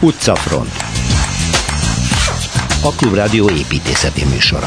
Utcafront. A Klubrádió építészeti műsora.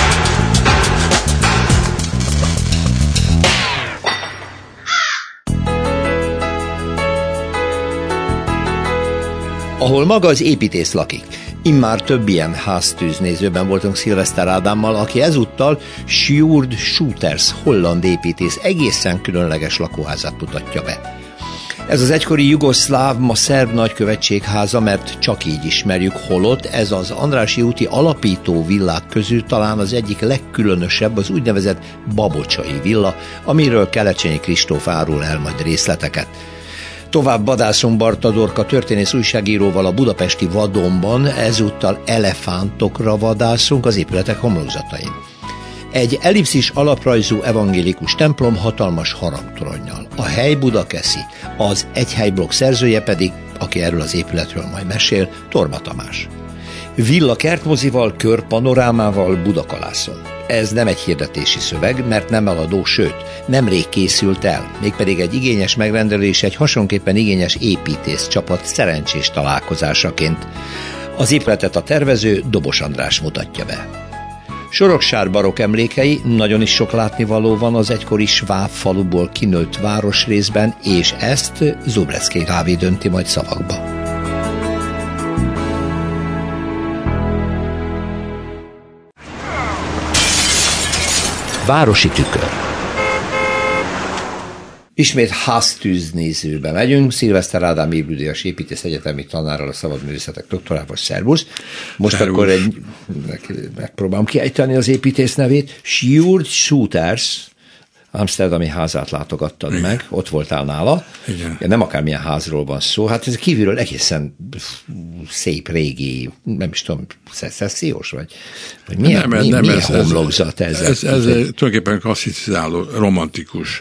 Ahol maga az építész lakik. Immár több ilyen háztűznézőben voltunk Szilveszter Ádámmal, aki ezúttal Sjoerd Schutters holland építész egészen különleges lakóházát mutatja be. Ez az egykori jugoszláv, ma szerb nagykövetség háza, mert csak így ismerjük, holott ez az Andrássy úti alapító villák közül talán az egyik legkülönösebb, az úgynevezett babocsai villa, amiről Kelecsényi Kristóf árul el majd részleteket. Tovább vadászunk Barta Dorka történész újságíróval a budapesti Vadonban, ezúttal elefántokra vadászunk az épületek homlokzatain. Egy ellipszis alaprajzú evangélikus templom hatalmas harangtoronnyal. A hely Budakeszi, az Egyhelyblokk szerzője pedig, aki erről az épületről majd mesél, Torma Tamás. Villa kertmozival, körpanorámával Budakalászon. Ez nem egy hirdetési szöveg, mert nem eladó, sőt, nemrég készült el, mégpedig egy igényes megrendelés, egy hasonképpen igényes építész csapat szerencsés találkozásaként. Az épületet a tervező Dobos András mutatja be. Soroksár barokk emlékei, nagyon is sok látnivaló van az egykori sváb faluból kinőtt városrészben, és ezt Zubrecki Gávi dönti majd szavakba. Városi tükör. Ismét háztűznézőbe megyünk. Szilveszter Ádám ébüldíjas építész egyetemi tanárral, a szabadművészetek doktorával. Szervusz. Most szervusz. Akkor megpróbálom kiejteni az építész nevét. Sjoerd Schutters amszterdami házát látogattad meg, ott voltál nála. Igen. Nem akármilyen házról van szó, hát ez kívülről egészen szép, régi, nem is tudom, szecessziós vagy milyen homlokzat ez? Ez tulajdonképpen klasszicizáló, romantikus,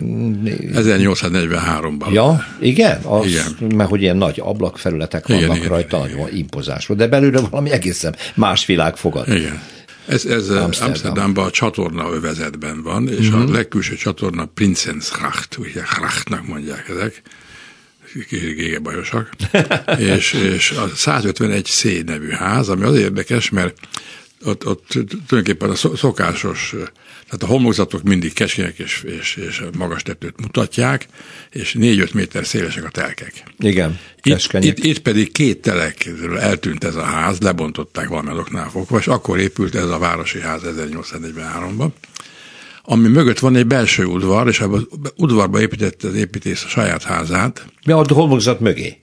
1843-ban. Ja, igen? Igen. Mert hogy ilyen nagy ablakfelületek vannak igen, rajta, igen. Nagyon impozás volt, de belőle valami egészen más világ fogad. Igen. Ez Amsterdamban a csatorna övezetben van, és a legkülső csatorna Prinzensgracht, ugye Grachtnak mondják ezek, gégebajosak, és a 151C nevű ház, ami az érdekes, mert ott tulajdonképpen a szokásos, tehát a homlokzatok mindig keskenyek és magas tetőt mutatják, és 4-5 méter szélesek a telkek. Igen, itt pedig 2 telekről eltűnt ez a ház, lebontották valamilyen oknál fogva, és akkor épült ez a városi ház 1843-ban, ami mögött van egy belső udvar, és abban az udvarba építette az építész a saját házát. Mi a homlokzat mögé?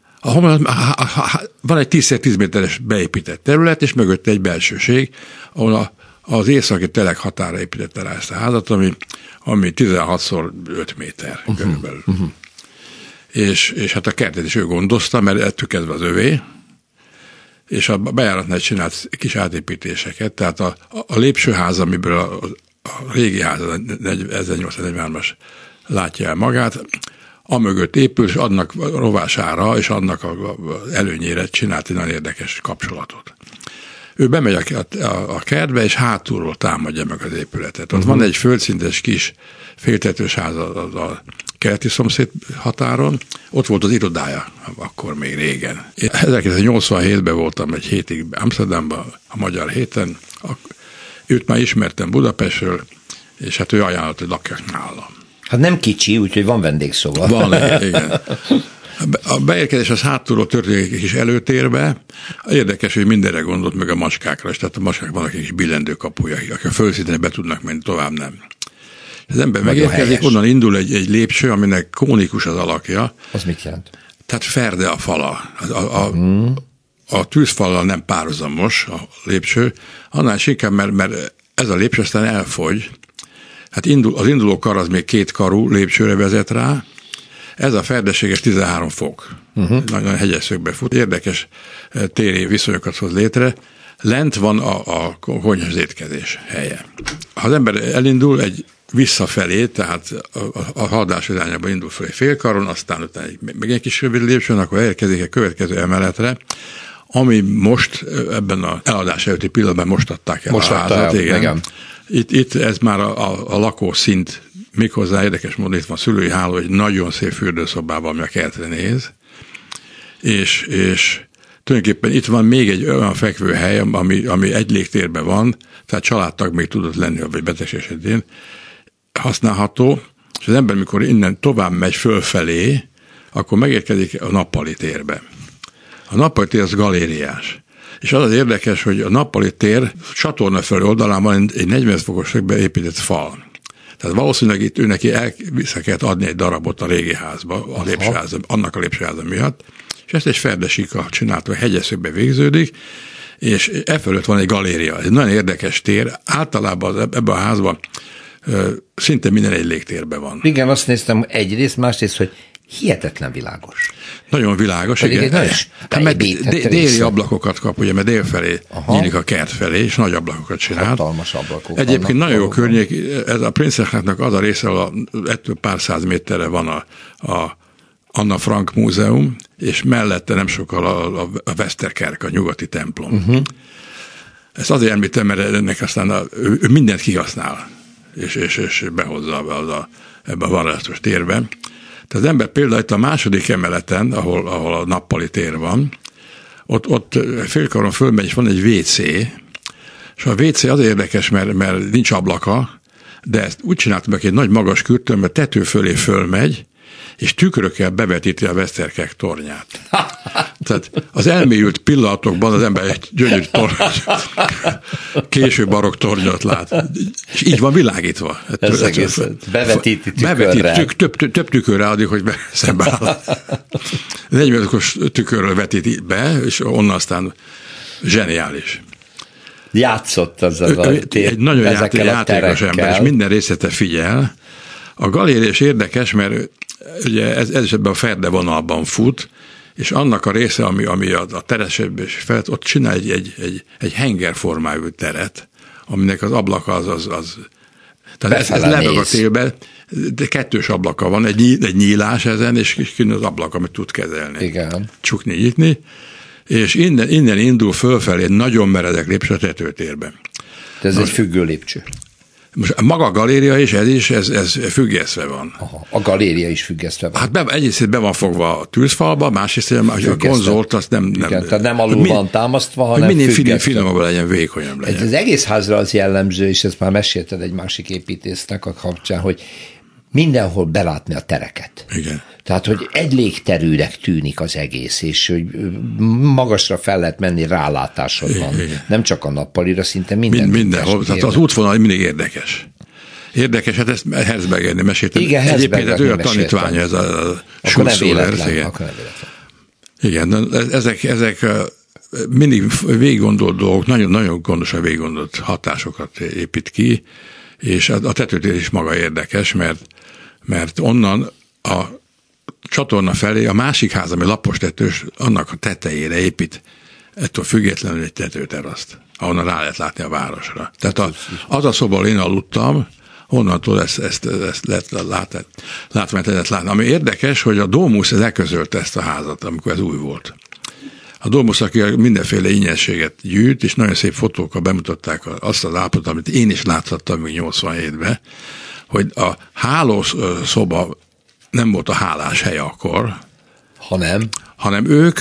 Van egy 10x10 méteres beépített terület, és mögötte egy belsőség, ahol az északi telek határa építette rá ezt a házat, ami 16x5 méter körülbelül. És hát a kertet is ő gondozta, mert ettől kezdve az övé, és a bejáratnál csinált kis átépítéseket, tehát a lépcsőház, amiből a régi ház, 1843-as látja el magát, amögött épül, és annak rovására, és annak az előnyére csinált egy nagyon érdekes kapcsolatot. Ő bemegy a kertbe, és hátulról támadja meg az épületet. Ott van egy földszintes kis féltetős ház a keleti szomszéd határon, ott volt az irodája, akkor még régen. 1987-ben voltam egy hétig Amsterdamban, a Magyar Héten, őt már ismertem Budapestről, és hát ő ajánlott, hogy lakjak nálam. Hát nem kicsi, úgyhogy van vendégszoba. Van, igen. A beérkezés az hátulról történik egy kis előtérbe. Érdekes, hogy mindenre gondolt, meg a macskákra, és tehát a macskák vannak egy kis billendő kapuja, akik a földszinten be tudnak menni, tovább nem. Az ember megérkezik, onnan indul egy lépcső, aminek kónikus az alakja. Az mit jelent? Tehát ferde a fala. A tűzfallal nem párhuzamos a lépcső, annál is inkább, mert ez a lépcső aztán elfogy. Hát az induló kar az még 2 karú lépcsőre vezet rá. Ez a ferdeséges 13 fok. Nagyon hegyes szögbe fut. Érdekes téri viszonyokat hoz létre. Lent van a konyha az étkezés helye. Ha az ember elindul egy visszafelé, tehát a haladás irányába indul fel egy félkaron, aztán utána meg egy kis rövid lépcsőn, akkor elérkezik a következő emeletre, ami most ebben az eladás előtti pillanatban most adták el a házat. Igen. Itt ez már a lakószint, méghozzá érdekes módon itt van szülői háló, egy nagyon szép fürdőszobában, ami a kertre néz, és tulajdonképpen itt van még egy olyan fekvőhely, ami egy légtérben van, tehát családtag még tudott lenni, vagy betegség esetén használható, és az ember, mikor innen tovább megy fölfelé, akkor megérkezik a nappali térbe. A nappali tér az galériás. És az érdekes, hogy a nappali tér csatorna felé oldalán van egy 40 fokos beépített fal. Tehát valószínűleg itt neki vissza kellett adni egy darabot a régi házba, annak a lépcsőháza miatt, és ezt egy ferdesika csinálta, hegyeszögbe végződik, és e fölött van egy galéria. Ez egy nagyon érdekes tér. Általában ebben a házban szinte minden egy légtérben van. Igen, azt néztem egyrészt, másrészt, hogy hihetetlen világos. Nagyon világos, pedig igen. Mert déli ablakokat kap, ugye, mert délfelé nyílik a kert felé, és nagy ablakokat csinál. Hatalmas ablakok. Egyébként nagyon jó környék, ez a Princetonnak az a része, ahol ettől pár száz méterre van a Anna Frank Múzeum, és mellette nem sokkal a Westerkerk, a nyugati templom. Ezt azért említem, mert ennek aztán ő mindent kihasznál, és behozza ebbe a vallásos térbe. Tehát az ember például itt a második emeleten, ahol a nappali tér van, ott félkaron fölmegy, és van egy WC, és a WC az érdekes, mert nincs ablaka, de ezt úgy csináltam, hogy egy nagy magas kürtön, mert tető fölé fölmegy, és tükrökkel bevetíti a Westerkerk tornyát. Tehát az elmélyült pillanatokban az ember egy gyönyörű késő barokk tornyot lát. És így van világítva. Ez egész bevetíti tükörrel. Több tükörre addig, hogy szembe áll. 40-os tükörről vetíti be, és onnan aztán zseniális. Játszott azzal egy nagyon játékos ember, és minden részlete figyel. A galéria is érdekes, mert ugye ez is ebben a ferde vonalban fut, és annak a része, ami a teresebb és felett, ott csinál egy hengerformájú teret, aminek az ablaka az tehát ez lebeg a télbe, de kettős ablaka van, egy nyílás ezen, és az ablak, amit tud kezelni. Igen. Csukni, nyitni, és innen indul fölfelé nagyon meredek lépcső a tetőtérben. Ez egy függő lépcső. Most maga a galéria is, ez függesztve van. Aha, a galéria is függesztve van. Hát egyrészt be van fogva a tűzfalba, másrészt a konzolt azt nem... Igen, tehát nem alul van támasztva, hanem minél finomabb legyen, vékonyabb legyen. Az egész házra az jellemző, és ezt már mesélted egy másik építésznek a kapcsán, hogy mindenhol belátni a tereket. Igen. Tehát, hogy egy légterűnek tűnik az egész, és hogy magasra fel lehet menni, rálátásod van. Igen. Nem csak a nappalira, szinte mindenhol. Tehát az útvonal mindig érdekes. Érdekes, hát ezt Herzbergernél meséltem. Igen, egyébként ő a tanítványa, ez a Schulz-Schuller. Igen, ezek mindig végiggondolt dolgok, nagyon-nagyon gondosan végiggondolt hatásokat épít ki, és a tetőtér is maga érdekes, mert onnan a csatorna felé a másik ház, ami lapos tetős, annak a tetejére épít ettől függetlenül egy tetőteraszt, ahonnan rá lehet látni a városra. Tehát az a szoba, ahol én aludtam, onnantól ezt lehet látni. Ami érdekes, hogy a Domus elközölte ezt a házat, amikor ez új volt. A Domus, aki mindenféle ingyenséget gyűjt, és nagyon szép fotókkal bemutatták azt az állapotot, amit én is láthattam még 87-ben, hogy a hálószoba nem volt a hálás hely akkor, hanem ők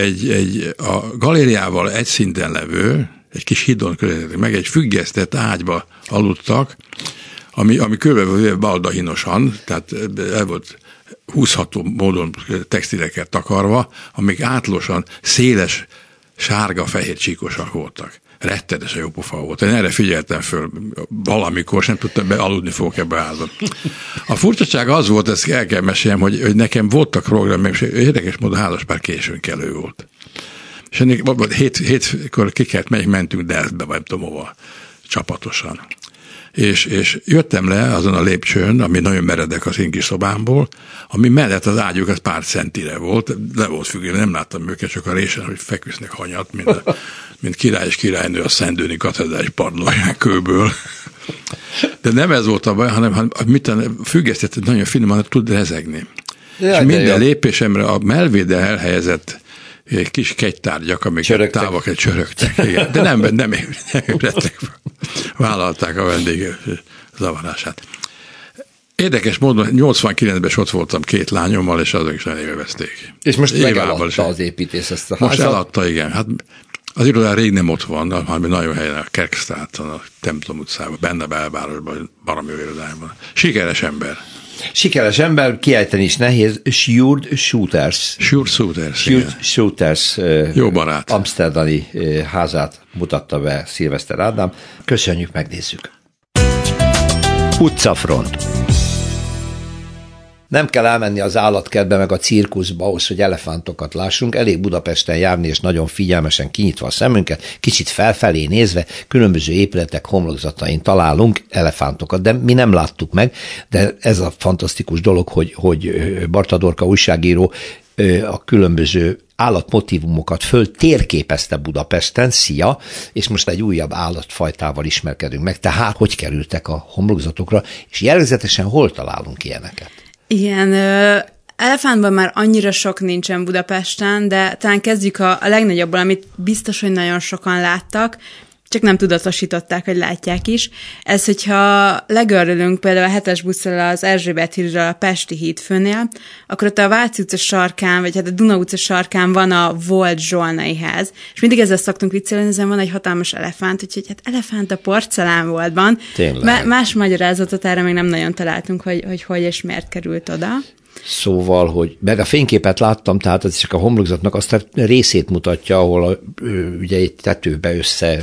a galériával egy szinten levő, egy kis hídon közöttek meg, egy függesztett ágyba aludtak, ami körülbelül baldahinosan, tehát el volt húzható módon textileket takarva, amik átlagosan széles, sárga-fehér csíkosak voltak. Rettenetesen jó pofa volt. Én erre figyeltem föl valamikor, és nem tudtam aludni fogok ebbe a házba. A furcsaság az volt, ezt el kell meséljem, hogy nekem voltak programjaim, és érdekes módon a házaspár későn kelő volt. És ennek hétkor mentünk Delftbe, vagy nem tudom hova, csapatosan. És jöttem le azon a lépcsőn, ami nagyon meredek az én kis szobámból, ami mellett az ágyuk az pár centire volt, le volt függő, nem láttam őket, csak a résen, hogy feküsznek hanyat, mint király és királynő a Szentdőni katedrális padlóján kőből. De nem ez volt a baj, hanem függesztett nagyon finoman tud rezegni. Ja, és minden lépésemre a melvédre elhelyezett kis kegytárgyak, amik távol csörögtek. Igen. De nem ébredtek fel. Vállalták a vendég zavarását. Érdekes módon 89-ben is ott voltam 2 lányommal, és azok is nagyon élvezték. És most megeladta az építész ezt a házat? Most eladta, igen. Hát az irodán rég nem ott van, hanem nagyon helyen, a Kerkstráton, a Templom utcában, benne a belvárosban, baromi irodájában. Sikeres ember. Sikeres ember, kiejteni is nehéz, Sjoerd Sjoeters. Jó barát. Amsterdami házát mutatta be Szilveszter Ádám. Köszönjük, megnézzük. Utcafront. Nem kell elmenni az állatkertbe meg a cirkuszba ahhoz, hogy elefántokat lássunk, elég Budapesten járni és nagyon figyelmesen kinyitva a szemünket, kicsit felfelé nézve, különböző épületek homlokzatain találunk elefántokat, de mi nem láttuk meg, de ez a fantasztikus dolog, hogy Barta Dorka újságíró a különböző állatmotívumokat föl térképezte Budapesten, szia, és most egy újabb állatfajtával ismerkedünk meg, tehát hogy kerültek a homlokzatokra, és jellegzetesen hol találunk ilyeneket? Igen, elefántban már annyira sok nincsen Budapesten, de talán kezdjük a legnagyobbból, amit biztos, hogy nagyon sokan láttak, csak nem tudatosították, hogy látják is. Ez, hogyha legörülünk például a 7-es busszal az Erzsébet hídról a Pesti hídfőnél, akkor ott a Váci utca sarkán, vagy hát a Duna utca sarkán van a volt zsolnai ház, és mindig ezzel szoktunk viccelni, ezen van egy hatalmas elefánt, úgyhogy hát elefánt a porcelánboltban. Más magyarázatot erre még nem nagyon találtunk, hogy és miért került oda. Szóval, hogy meg a fényképet láttam, tehát ez csak a homlokzatnak azt a részét mutatja, ahol ugye egy tetőbe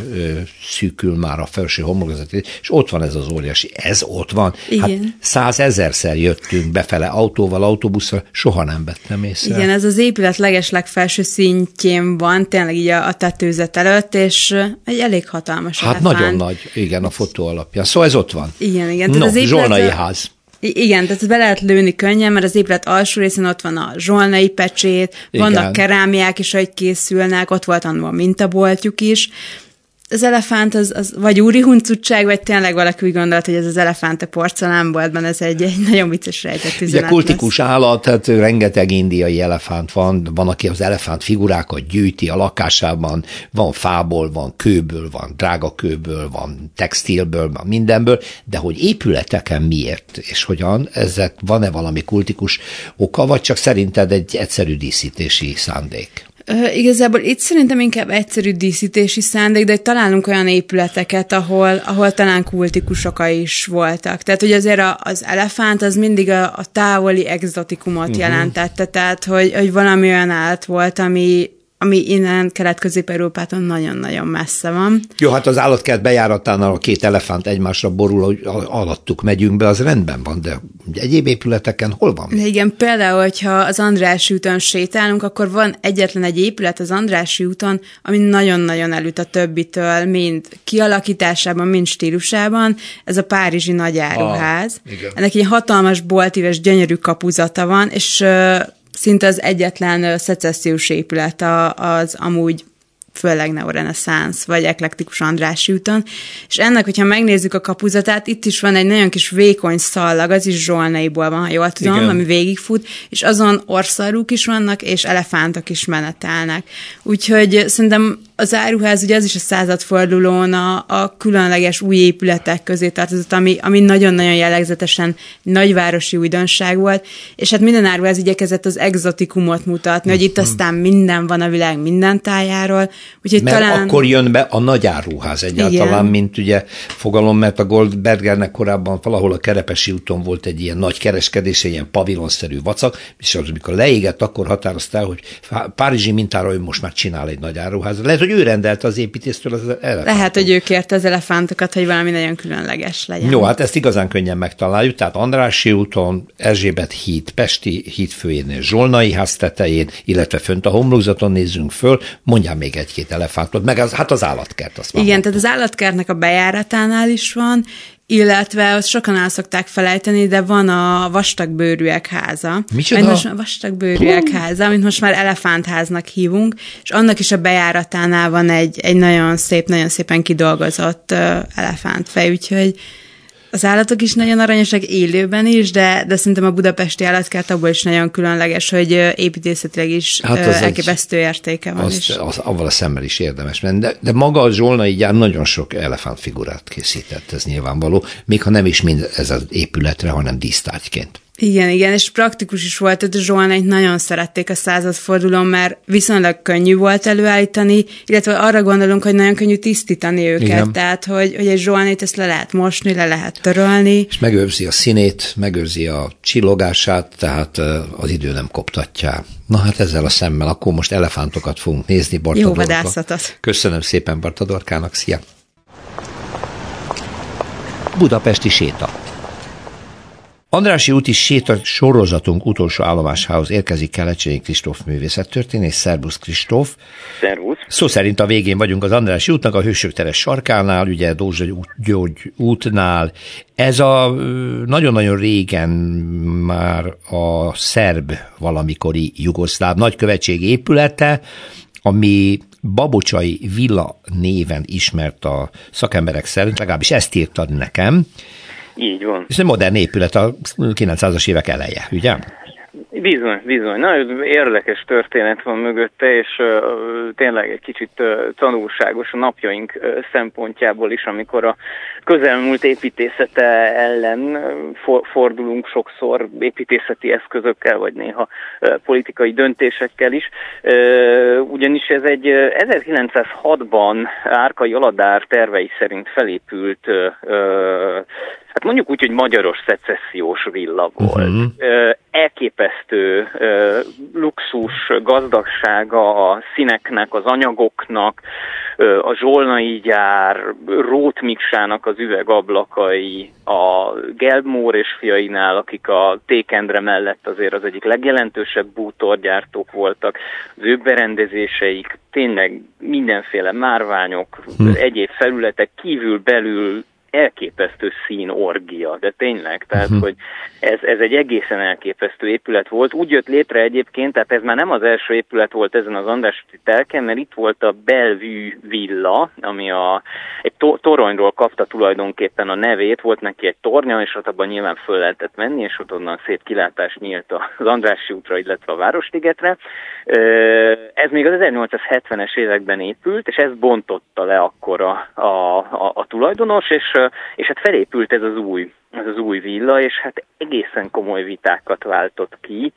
szűkül már a felső homlokzat, és ott van ez az óriási. Ez ott van. Igen. Hát 100 000-szer jöttünk befele autóval, autóbusszal, soha nem vettem észre. Igen, ez az épület legfelső szintjén van, tényleg így a tetőzet előtt, és egy elég hatalmas elefánt. Nagyon nagy, igen, a fotó alapján. Szóval ez ott van. Igen. No, zsolnai ház. Igen, tehát be lehet lőni könnyen, mert az épület alsó részén ott van a zsolnai pecsét, vannak kerámiák is, ahogy készülnek, ott volt annól a mintaboltjuk is. Az elefánt az vagy úri huncutság, vagy tényleg valaki úgy gondolt, hogy ez az elefánt a porcelánboltban, ez egy nagyon vicces rejtett üzenet. Ugye kultikus állat, tehát rengeteg indiai elefánt van, aki az elefánt figurákat gyűjti a lakásában, van fából, van kőből, van drága kőből, van textilből, van mindenből, de hogy épületeken miért, és hogyan, ezek van-e valami kultikus oka, vagy csak szerinted egy egyszerű díszítési szándék? Igazából itt szerintem inkább egyszerű díszítési szándék, de találunk olyan épületeket, ahol talán kultikus oka is voltak. Tehát, hogy azért az elefánt az mindig a távoli egzotikumot jelentette, tehát, hogy valami olyan állat volt, ami innen Kelet-Közép-Európától nagyon-nagyon messze van. Jó, hát az állatkert bejáratánál a 2 elefánt egymásra borul, hogy alattuk megyünk be, az rendben van, de egyéb épületeken hol van? De igen, például, hogyha az Andrássy úton sétálunk, akkor van egyetlen egy épület az Andrássy úton, ami nagyon-nagyon elüt a többitől, mind kialakításában, mind stílusában. Ez a párizsi nagyáruház. Ennek egy hatalmas boltíves, gyönyörű kapuzata van, és szinte az egyetlen szecessziós épület az amúgy főleg neoreneszánsz, vagy eklektikus Andrássy úton, és ennek, hogyha megnézzük a kapuzatát, itt is van egy nagyon kis vékony szallag, az is zsolnaiból van, ha jól tudom, igen, ami végigfut, és azon orszarúk is vannak, és elefántok is menetelnek. Úgyhogy szerintem az áruház, ugye az is a századfordulón a különleges új épületek közé tartozott, ami nagyon-nagyon jellegzetesen nagyvárosi újdonság volt, és hát minden áruház igyekezett az egzotikumot mutatni, hogy itt aztán minden van a világ minden tájáról. Úgyhogy mert talán akkor jön be a nagy áruház egyáltalán, igen, mint ugye fogalom, mert a Goldbergernek korábban valahol a Kerepesi úton volt egy ilyen nagy kereskedés, egy ilyen pavilonszerű vacak, és az, amikor leégett, akkor határozta el, hogy párizsi mintára ő most már csinál egy nagy áruházat. Lehet, hogy ő rendelte az építésztől az elefántot. Lehet, hogy ő kérte az elefántokat, hogy valami nagyon különleges legyen. Jó, hát ezt igazán könnyen megtaláljuk, tehát Andrássy úton, Erzsébet híd, Pesti hídfőjén, Zsolnai ház tetején, illetve fönt a homlokzaton nézzünk föl, mondjál még egy-két elefántot, meg az állatkert. Azt igen, tehát az állatkertnek a bejáratánál is van, illetve azt sokan el szokták felejteni, de van a vastagbőrűek háza. Micsoda? A vastagbőrűek háza, amit most már elefántháznak hívunk, és annak is a bejáratánál van egy nagyon szép, nagyon szépen kidolgozott elefántfej, úgyhogy Az állatok is nagyon aranyosak élőben is, de szerintem a budapesti állatkert abból is nagyon különleges, hogy építészetileg is elképesztő értéke van. Avval a szemmel is érdemes menni. De maga a Zsolnai gyár nagyon sok elefántfigurát készített, ez nyilvánvaló, még ha nem is mind ez az épületre, hanem dísztárgyként. Igen, és praktikus is volt, hogy a Zsolnait nagyon szerették a századfordulón, mert viszonylag könnyű volt előállítani, illetve arra gondolunk, hogy nagyon könnyű tisztítani őket, igen. Tehát, hogy egy Zsolnait ezt le lehet mosni, le lehet törölni. És megőrzi a színét, megőrzi a csillogását, tehát az idő nem koptatja. Na hát ezzel a szemmel, akkor most elefántokat fogunk nézni. Barta Jó Dorka. vadászatot. Köszönöm szépen Barta Dorkának, szia! Budapesti séta. Andrássy úti séta sorozatunk utolsó állomásához érkezik Kelecsényi Kristóf művészettörténész. Szerbusz Kristóf. Szervusz. Szó szerint a végén vagyunk az Andrássy útnak, a Hősök teres sarkánál, ugye Dózsa György útnál. Ez a nagyon-nagyon régen már a szerb valamikori jugoszláv nagykövetség épülete, ami Babocsai Villa néven ismert a szakemberek szerint, legalábbis ezt írtad nekem. Így van. Ez egy modern épület a 900-as évek eleje, ugye? Bizony. Nagyon érdekes történet van mögötte, és tényleg egy kicsit tanulságos a napjaink szempontjából is, amikor a közelmúlt építészete ellen fordulunk sokszor építészeti eszközökkel, vagy néha politikai döntésekkel is. Ugyanis ez egy 1906-ban Árkai Aladár tervei szerint felépült, hát mondjuk úgy, hogy magyaros szecessziós villa volt. Elképesztő luxus, gazdagsága a színeknek, az anyagoknak, a Zsolnai gyár, Róth Miksának az üvegablakai, a Gelbmór és fiainál, akik a Tékendre mellett azért az egyik legjelentősebb bútorgyártók voltak, az ő berendezéseik, tényleg mindenféle márványok, egyéb felületek kívül-belül elképesztő színorgia, de tényleg, tehát, hogy ez egy egészen elképesztő épület volt. Úgy jött létre egyébként, tehát ez már nem az első épület volt ezen az Andrássy úti telken, mert itt volt a Bellevue villa, ami egy toronyról kapta tulajdonképpen a nevét, volt neki egy tornya, és ott abban nyilván föl lehetett menni, és ott onnan szép kilátás nyílt az Andrássy útra, illetve a Városligetre. Ez még az 1870-es években épült, és ez bontotta le akkor a tulajdonos, és hát felépült ez az új villa, és hát egészen komoly vitákat váltott ki.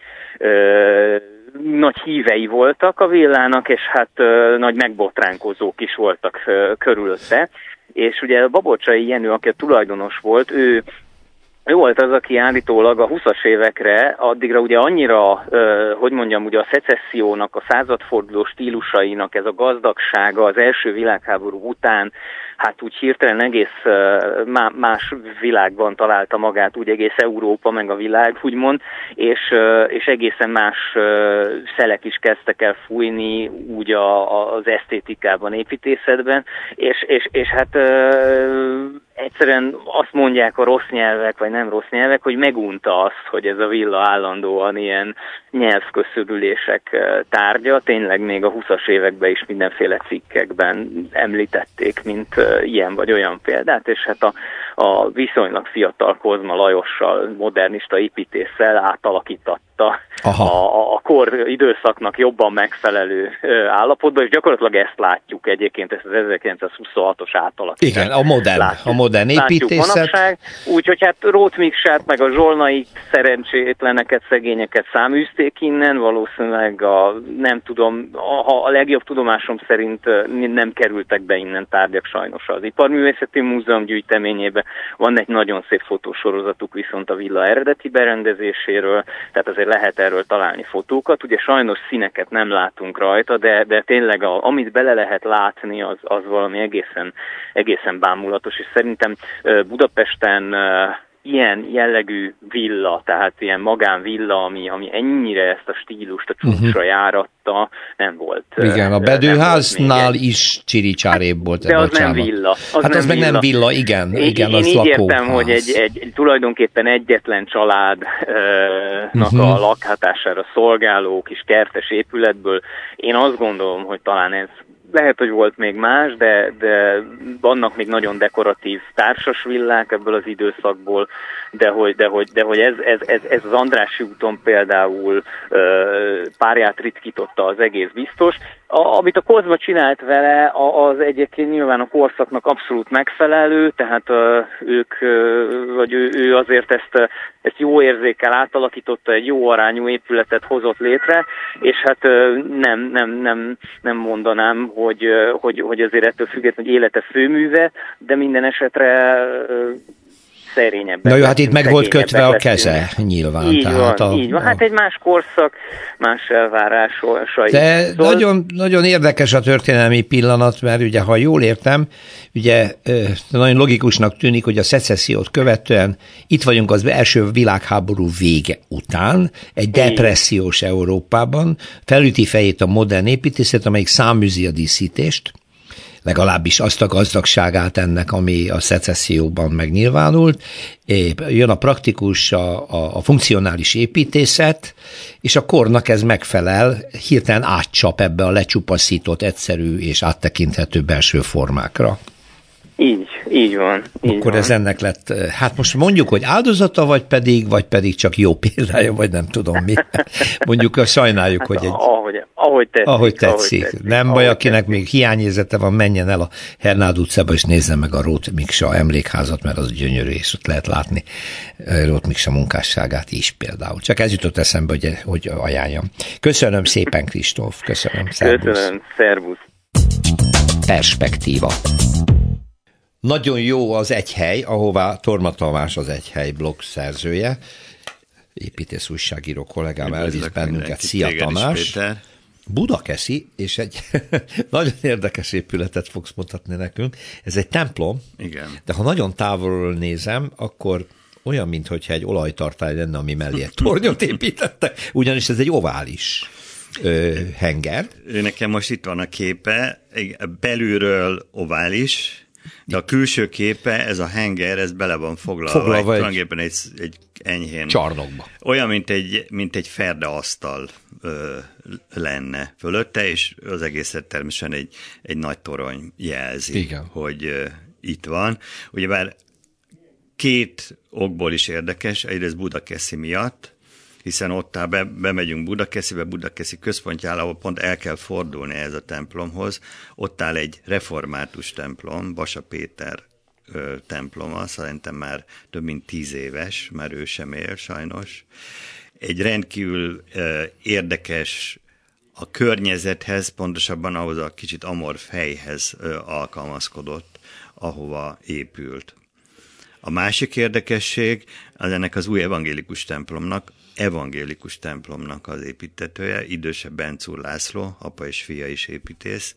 Nagy hívei voltak a villának, és hát nagy megbotránkozók is voltak körülötte. És ugye a Babocsai Jenő, aki a tulajdonos volt, ő volt az, aki állítólag a 20-as évekre, addigra ugye annyira, ugye a szecessziónak, a századforduló stílusainak ez a gazdagsága az első világháború után, hát úgy hirtelen egész más világban találta magát, úgy egész Európa, meg a világ, úgymond, és egészen más szelek is kezdtek el fújni úgy az esztétikában, építészetben, és hát egyszerűen azt mondják a rossz nyelvek, vagy nem rossz nyelvek, hogy megunta azt, hogy ez a villa állandóan ilyen nyelvköszörülések tárgya. Tényleg még a 20-as években is mindenféle cikkekben említették, mint ilyen vagy olyan példát, és hát a viszonylag fiatal Kozma Lajossal, modernista építéssel átalakította a kor időszaknak jobban megfelelő állapotban, és gyakorlatilag ezt látjuk egyébként, ezt az 1926-os átalakítást. Igen, a modern építészet. Úgyhogy hát Róth Miksát, meg a Zsolnai szerencsétleneket, szegényeket száműzték innen, valószínűleg nem tudom, a legjobb tudomásom szerint nem kerültek be innen tárgyak sajnos az Iparművészeti Múzeum gyűjteményébe. Van egy nagyon szép fotósorozatuk viszont a villa eredeti berendezéséről, tehát azért lehet erről találni fotókat. Ugye sajnos színeket nem látunk rajta, de tényleg amit bele lehet látni, az valami egészen bámulatos, és szerintem Budapesten ilyen jellegű villa, tehát ilyen magánvilla, ami ennyire ezt a stílust a csúcsra járatta, nem volt. Igen, a Bedőháznál is csiricsárébb volt. De az nem villa. Az meg nem villa, igen. Én így értem, hogy egy tulajdonképpen egyetlen családnak a lakhatására szolgáló kis kertes épületből, én azt gondolom, hogy talán ez lehet, hogy volt még más, de vannak még nagyon dekoratív társas villák ebből az időszakból, de hogy ez az Andrássy úton például párját ritkította, az egész biztos. Amit a Kozma csinált vele, az egyébként nyilván a korszaknak abszolút megfelelő, tehát ő azért ezt jó érzékkel átalakította, egy jó arányú épületet hozott létre, és hát nem mondanám, hogy azért ettől függetlenül élete főműve, de minden esetre szerényebben. Na jó, hát itt meg volt kötve a keze, nyilván. Így van. Hát egy más korszak, más elvárásai. De nagyon, nagyon érdekes a történelmi pillanat, mert ugye, ha jól értem, ugye nagyon logikusnak tűnik, hogy a szecessziót követően itt vagyunk az első világháború vége után, egy depressziós Európában, felüti fejét a modern építészet, amelyik száműzi a díszítést, legalábbis azt a gazdagságát ennek, ami a szecesszióban megnyilvánult. Jön a praktikus, a funkcionális építészet, és a kornak ez megfelel, hirtelen átcsap ebbe a lecsupaszított, egyszerű és áttekinthető belső formákra. Így van. Akkor ez ennek lett, hát most mondjuk, hogy áldozata, vagy pedig csak jó példája, vagy nem tudom mi. Mondjuk, sajnáljuk, hogy egy... Ahogy tetszik. Nem baj, akinek még hiányérzete van, menjen el a Hernád utcába, és nézzen meg a Róth Miksa emlékházat, mert az gyönyörű, és ott lehet látni Róth Miksa munkásságát is például. Csak ez jutott eszembe, hogy ajánljam. Köszönöm szépen, Kristóf. Köszönöm, szervusz. Perspektíva. Nagyon jó az Egy hely, ahová Torma Tamás, az Egy hely blog szerzője, építész újságíró kollégám elvisz bennünket. Szia Tamás! Budakeszi, és egy nagyon érdekes épületet fogsz mutatni nekünk. Ez egy templom, igen. De ha nagyon távolról nézem, akkor olyan, mintha egy olajtartály lenne, ami mellé egy tornyot építettek, ugyanis ez egy ovális henger. Nekem most itt van a képe, belülről ovális, de a külső képe, ez a henger, ez bele van foglalva tulajdonképpen egy enyhén. Csarnokba. Olyan, mint egy ferdeasztal lenne fölötte, és az egészet természetesen egy nagy torony jelzi, igen, hogy itt van. Ugyebár két okból is érdekes, egyrészt Budakeszi miatt, hiszen ott bemegyünk Budakeszibe, Budakeszi központjára, ahol pont el kell fordulni ez a templomhoz. Ott áll egy református templom, Basa Péter temploma, szerintem már több mint 10 éves, már ő sem él sajnos. Egy rendkívül érdekes a környezethez, pontosabban ahhoz a kicsit amorf helyhez alkalmazkodott, ahova épült. A másik érdekesség az ennek az új evangélikus templomnak az építtetője, idősebb Bencúr László, apa és fia is építész,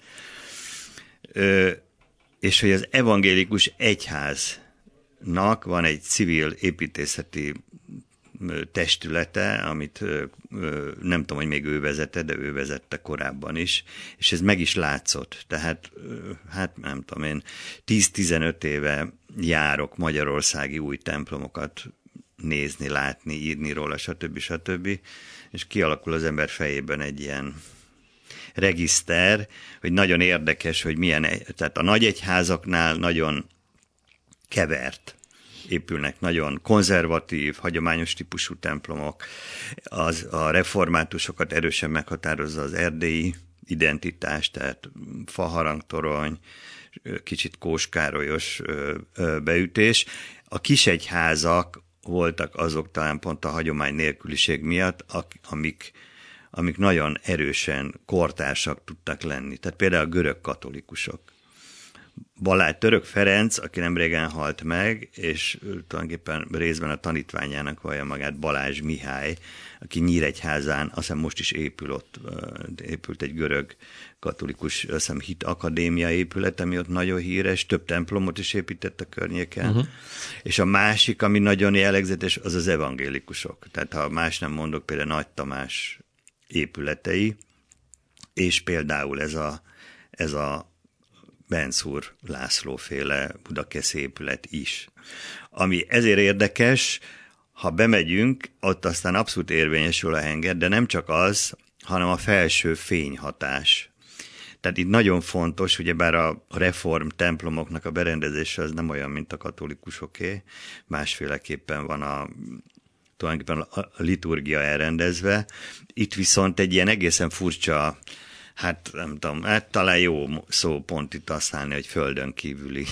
és hogy az evangélikus egyháznak van egy civil építészeti testülete, amit nem tudom, hogy még ő vezette, de ő vezette korábban is, és ez meg is látszott. Tehát, hát nem tudom én, 10-15 éve járok magyarországi új templomokat nézni, látni, írni róla, stb. És kialakul az ember fejében egy ilyen regiszter, hogy nagyon érdekes, hogy milyen, tehát a nagy egyházaknál nagyon kevert épülnek, nagyon konzervatív, hagyományos típusú templomok, a reformátusokat erősen meghatározza az erdélyi identitás, tehát faharangtorony, kicsit kóskárolyos beütés. A kisegyházak voltak azok talán pont a hagyomány nélküliség miatt, amik nagyon erősen kortársak tudtak lenni. Tehát például a görög katolikusok. Török Ferenc, aki nem régen halt meg, és tulajdonképpen részben a tanítványának vallja magát, Balázs Mihály, aki Nyíregyházán, azt hiszem most is épült egy görög katolikus, azt hiszem hit akadémia épület, ami ott nagyon híres, több templomot is épített a környéken. És a másik, ami nagyon jellegzetes, az az evangélikusok. Tehát ha más nem mondok, például Nagy Tamás épületei, és például ez a Bencúr László féle budakeszi épület is. Ami ezért érdekes, ha bemegyünk, ott aztán abszolút érvényesül a henger, de nem csak az, hanem a felső fényhatás. Tehát itt nagyon fontos, ugyebár a reform templomoknak a berendezése az nem olyan, mint a katolikusoké, másféleképpen van tulajdonképpen a liturgia elrendezve. Itt viszont egy ilyen egészen furcsa, hát nem tudom, talán jó szó pont itt használni, hogy földön kívüli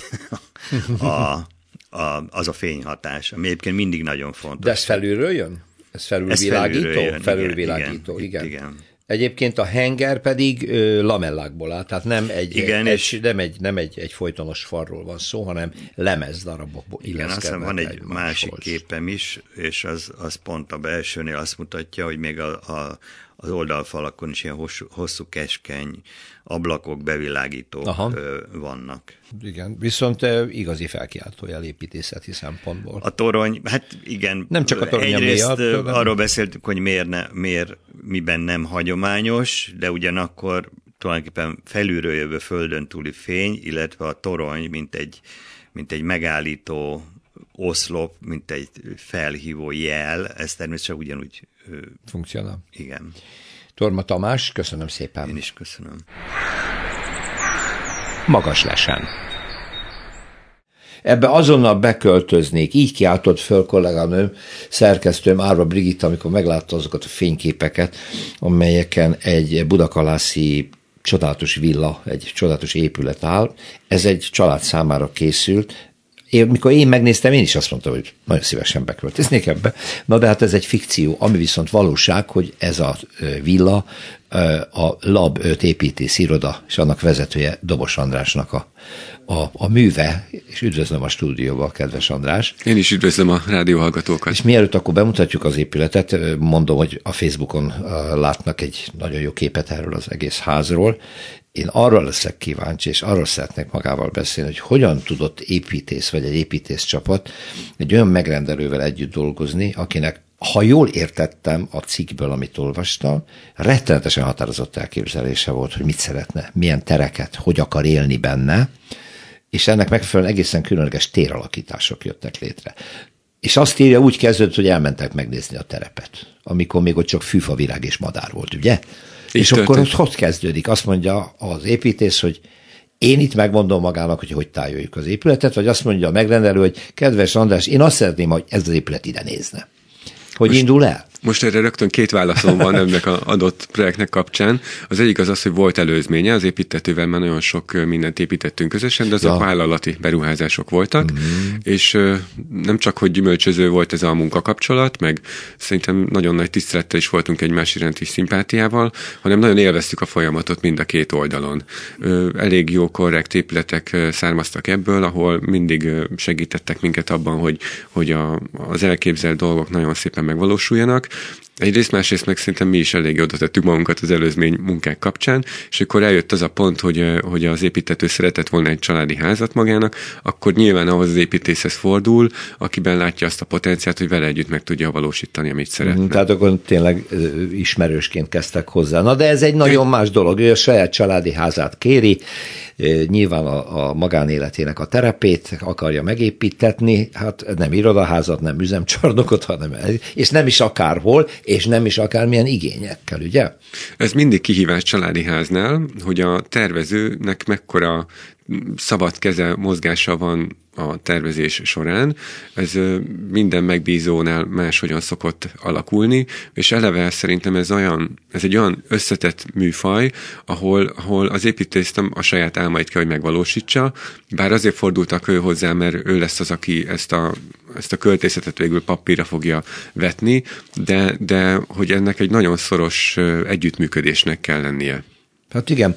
az a fényhatás, ami egyébként mindig nagyon fontos. De ez felülről jön? Ez felülvilágító? Felülvilágító, igen. Egyébként a henger pedig lamellákból áll, tehát nem egy folytonos falról van szó, hanem lemezdarabokból. Igen, aztán van egy másik képem is, és az pont a belsőnél azt mutatja, hogy még az oldalfalakon is ilyen hosszú, keskeny ablakok, bevilágítók vannak. Igen, viszont igazi felkiáltójel építészeti szempontból. A torony, hát igen. Nem csak a torony egyrészt arról beszéltünk, hogy miért miben nem hagyományos, de ugyanakkor tulajdonképpen felülről jövő földön túli fény, illetve a torony, mint egy megállító oszlop, mint egy felhívó jel, ez természetesen ugyanúgy funkcionál. Igen. Torma Tamás, köszönöm szépen. Én is köszönöm. Magas lesen. Ebbe azonnal beköltöznék, így kiáltott föl kolléganőm, szerkesztőm Árva Brigitta, amikor meglátta azokat a fényképeket, amelyeken egy budakalászi csodálatos villa, egy csodálatos épület áll. Ez egy család számára készült. Mikor én megnéztem, én is azt mondtam, hogy nagyon szívesen beköltöznék ebbe. Na de hát ez egy fikció, ami viszont valóság, hogy ez a villa a Lab 5 építész iroda, és annak vezetője Dobos Andrásnak a műve, és üdvözlöm a stúdióba, kedves András. Én is üdvözlöm a rádióhallgatókat. És mielőtt akkor bemutatjuk az épületet, mondom, hogy a Facebookon látnak egy nagyon jó képet erről az egész házról. Én arra leszek kíváncsi, és arról szeretnék magával beszélni, hogy hogyan tudott építész vagy egy építészcsapat egy olyan megrendelővel együtt dolgozni, akinek, ha jól értettem a cikkből, amit olvastam, rettenetesen határozott elképzelése volt, hogy mit szeretne, milyen tereket, hogy akar élni benne, és ennek megfelelően egészen különleges téralakítások jöttek létre. És azt írja, úgy kezdődött, hogy elmentek megnézni a terepet, amikor még ott csak fűfavirág és madár volt, ugye? És akkor hogy kezdődik? Azt mondja az építész, hogy én itt megmondom magának, hogy tájoljuk az épületet, vagy azt mondja a megrendelő, hogy kedves András, én azt szeretném, hogy ez az épület ide nézne. Hogy indul el? Most erre rögtön két válaszom van ennek az adott projektnek kapcsán. Az egyik az, hogy volt előzménye, az építtetővel már nagyon sok mindent építettünk közösen, de azok vállalati beruházások voltak, és nem csak, hogy gyümölcsöző volt ez a munkakapcsolat, meg szerintem nagyon nagy tisztelettel is voltunk egymás iránti szimpátiával, hanem nagyon élveztük a folyamatot mind a két oldalon. Elég jó, korrekt épületek származtak ebből, ahol mindig segítettek minket abban, hogy az elképzelt dolgok nagyon szépen megvalósuljanak. Egyrészt, másrészt meg szerintem mi is eléggé oda tettük magunkat az előzmény munkák kapcsán, és akkor eljött az a pont, hogy az építtető szeretett volna egy családi házat magának, akkor nyilván ahhoz az építészhez fordul, akiben látja azt a potenciált, hogy vele együtt meg tudja valósítani, amit szeretne. Tehát akkor tényleg ismerősként kezdtek hozzá. Na de ez egy nagyon más dolog, ő a saját családi házát kéri, nyilván a magánéletének a terepét akarja megépítetni, hát nem irodaházat, nem üzemcsarnokot, hanem és nem is akárhol, és nem is akármilyen igényekkel, ugye? Ez mindig kihívás családi háznál, hogy a tervezőnek mekkora szabad keze, mozgása van a tervezés során. Ez minden megbízónál máshogyan szokott alakulni, és eleve szerintem ez egy olyan összetett műfaj, ahol az építész nem a saját álmait kell, hogy megvalósítsa, bár azért fordultak ő hozzá, mert ő lesz az, aki ezt a költészetet végül papírra fogja vetni, de hogy ennek egy nagyon szoros együttműködésnek kell lennie. Hát igen,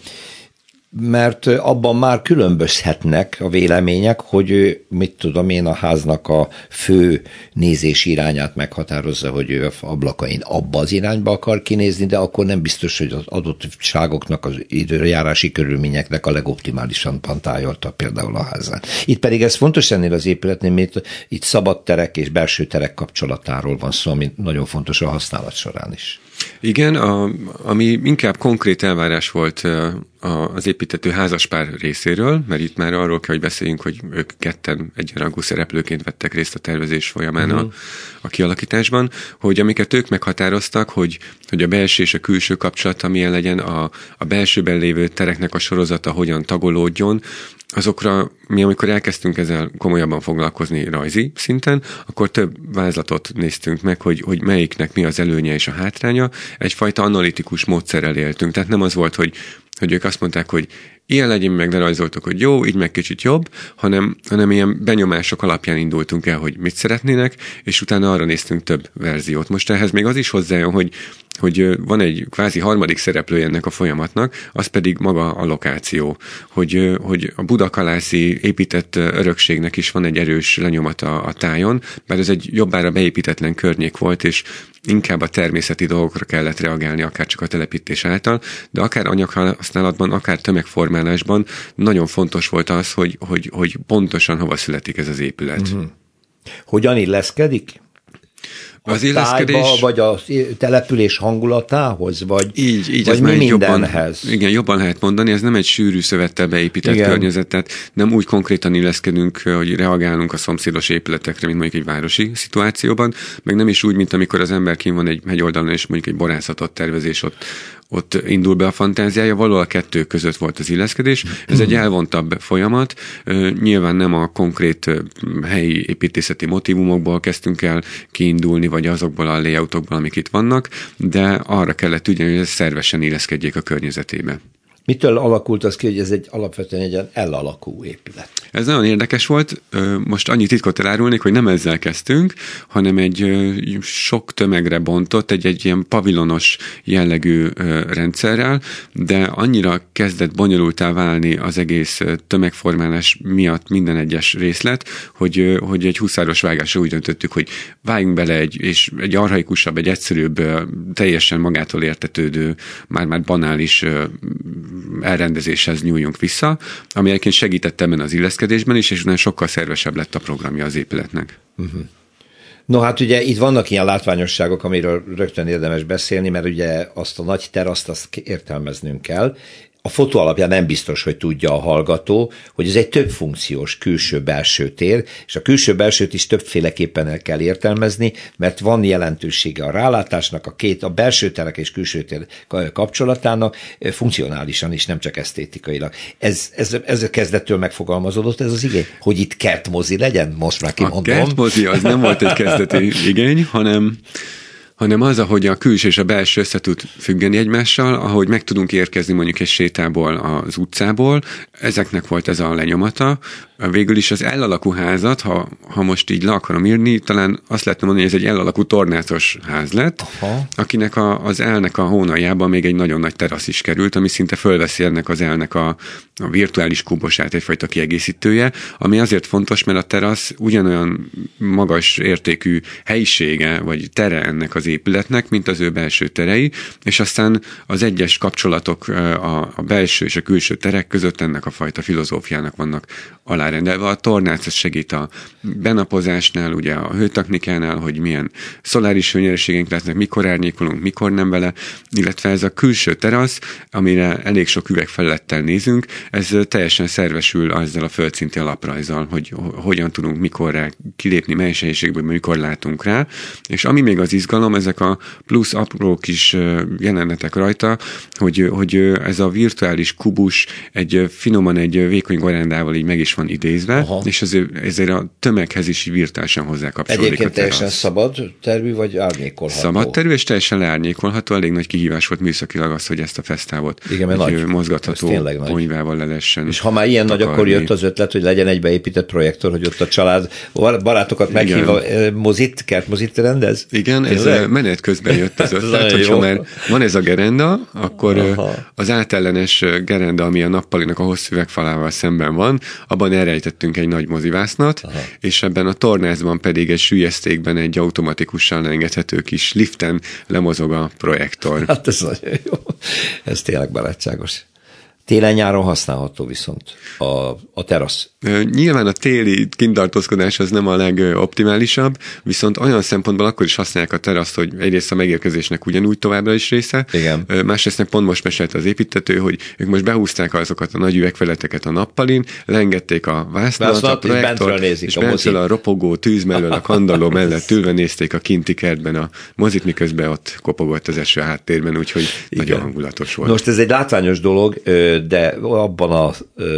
mert abban már különbözhetnek a vélemények, hogy ő, mit tudom én, a háznak a fő nézési irányát meghatározza, hogy ő ablakain abba az irányba akar kinézni, de akkor nem biztos, hogy az adottságoknak, az időjárási körülményeknek a legoptimálisabban tájolta például a házán. Itt pedig ez fontos ennél az épületnél, mert itt szabad terek és belső terek kapcsolatáról van szó, ami nagyon fontos a használat során is. Igen, ami inkább konkrét elvárás volt az építető házaspár részéről, mert itt már arról kell, hogy beszéljünk, hogy ők ketten egyenrangú szereplőként vettek részt a tervezés folyamán a kialakításban, hogy amiket ők meghatároztak, hogy a belső és a külső kapcsolata milyen legyen, a belsőben lévő tereknek a sorozata hogyan tagolódjon, azokra mi, amikor elkezdtünk ezzel komolyabban foglalkozni rajzi szinten, akkor több vázlatot néztünk meg, hogy melyiknek mi az előnye és a hátránya. Egyfajta analitikus módszerrel éltünk. Tehát nem az volt, hogy ők azt mondták, hogy ilyen legyen, meg lerajzoltuk, hogy jó, így meg kicsit jobb, hanem ilyen benyomások alapján indultunk el, hogy mit szeretnének, és utána arra néztünk több verziót. Most ehhez még az is hozzájön, hogy van egy kvázi harmadik szereplője ennek a folyamatnak, az pedig maga a lokáció, hogy a budakalászi épített örökségnek is van egy erős lenyomata a tájon, bár ez egy jobbára beépítetlen környék volt, és inkább a természeti dolgokra kellett reagálni, akár csak a telepítés által, de akár anyaghasználatban, akár tömegformálásban nagyon fontos volt az, hogy pontosan hova születik ez az épület. Mm-hmm. Hogyan illeszkedik? Az illeszkedés... tájba, vagy a település hangulatához, vagy, így vagy mi mindenhez? Jobban lehet mondani, ez nem egy sűrű szövettel beépített környezet, tehát nem úgy konkrétan illeszkedünk, hogy reagálunk a szomszédos épületekre, mint mondjuk egy városi szituációban, meg nem is úgy, mint amikor az ember kint van egy hegyoldalon, és mondjuk egy borászatot tervez, és ott indul be a fantáziája, valahol a kettő között volt az illeszkedés. Ez egy elvontabb folyamat, nyilván nem a konkrét helyi építészeti motívumokból kezdtünk el kiindulni, vagy azokból a layoutokból, amik itt vannak, de arra kellett ügyelni, hogy ez szervesen illeszkedjék a környezetébe. Mitől alakult az ki, hogy ez alapvetően egy L-alakú épület? Ez nagyon érdekes volt. Most annyi titkot elárulnék, hogy nem ezzel kezdtünk, hanem egy sok tömegre bontott, egy ilyen pavilonos jellegű rendszerrel, de annyira kezdett bonyolultá válni az egész tömegformálás miatt minden egyes részlet, hogy egy huszáros vágásra úgy döntöttük, hogy vágjunk bele egy archaikusabb, egy egyszerűbb, teljesen magától értetődő, már banális elrendezéshez nyúljunk vissza, ami egyébként segített ebben az illeszkedésben is, és utána sokkal szervesebb lett a programja az épületnek. Uh-huh. No hát ugye itt vannak ilyen látványosságok, amiről rögtön érdemes beszélni, mert ugye azt a nagy teraszt azt értelmeznünk kell. A fotó alapján nem biztos, hogy tudja a hallgató, hogy ez egy többfunkciós külső-belső tér, és a külső-belsőt is többféleképpen el kell értelmezni, mert van jelentősége a rálátásnak, a belső terek és külső tér kapcsolatának, funkcionálisan is, nem csak esztétikailag. Ez kezdettől megfogalmazódott ez az igény, hogy itt kertmozi legyen, most már kimondom. A kertmozi az nem volt egy kezdeti igény, hanem az, ahogy a külső és a belső össze tud függeni egymással, ahogy meg tudunk érkezni mondjuk egy sétából az utcából, ezeknek volt ez a lenyomata. Végül is az L-alakú házat, ha most így le akarom írni, talán azt lehetne mondani, hogy ez egy L-alakú tornácos ház lett, akinek az L-nek a hónaljában még egy nagyon nagy terasz is került, ami szinte fölveszi ennek az L-nek a virtuális kubosát, egyfajta kiegészítője, ami azért fontos, mert a terasz ugyanolyan magas értékű helyisége, vagy tere ennek az épületnek, mint az ő belső terei, és aztán az egyes kapcsolatok a belső és a külső terek között ennek a fajta filozófiának vannak alárendelve. A tornác segít a benapozásnál, ugye a hőtechnikánál, hogy milyen szoláris hőnyereségeink lesznek, mikor árnyékolunk, mikor nem vele, illetve ez a külső terasz, amire elég sok üvegfelülettel nézünk, ez teljesen szervesül ezzel a földszinti alaprajzzal, hogy hogyan tudunk mikorra kilépni, mely helyiségből, mikor látunk rá, és ami még az izgalom, ezek a plusz apró kis jelenetek rajta, hogy ez a virtuális kubus finoman egy vékony garendával így meg is van idézve, és ezért a tömeghez is virtuálisan hozzá kapcsolódik. Egyébként teljesen szabad tervű, vagy árnyékolható? Szabad tervű, és teljesen leárnyékolható. Elég nagy kihívás volt műszakilag az, hogy ezt a fesztávot mozgatható ponyvával le lehessen. És ha már ilyen nagy, akkor jött az ötlet, hogy legyen egy beépített projektor, hogy ott a család barátokat meghívva kertmozit rendez? Igen, ez menet közben jött az ötlet, hogyha már van ez a gerenda, akkor az átellenes gerenda, ami a nappalinak a hosszú üvegfalával szemben van, abban elrejtettünk egy nagy mozivásznat, és ebben a tornászban pedig egy süllyesztékben egy automatikusan engedhető kis liften lemozog a projektor. Hát ez nagyon jó. Ez tényleg barátságos. Télen-nyáron használható viszont a terasz. Nyilván a téli kintartózkodás az nem a legoptimálisabb, viszont olyan szempontból akkor is használják a teraszt, hogy egyrészt a megérkezésnek ugyanúgy továbbra is része. Igen. Másrészt pont most mesélte az építtető, hogy ők most behúzták azokat a nagy üvegfeleteket a nappalin, leengedték a vásznat, a projektort, és bentről a ropogó tűz mellől, a kandalló mellett ülve nézték a kinti kertben a mozit, miközben ott kopogott az eső a háttérben, úgyhogy nagyon hangulatos volt. Most ez egy látványos dolog, de abban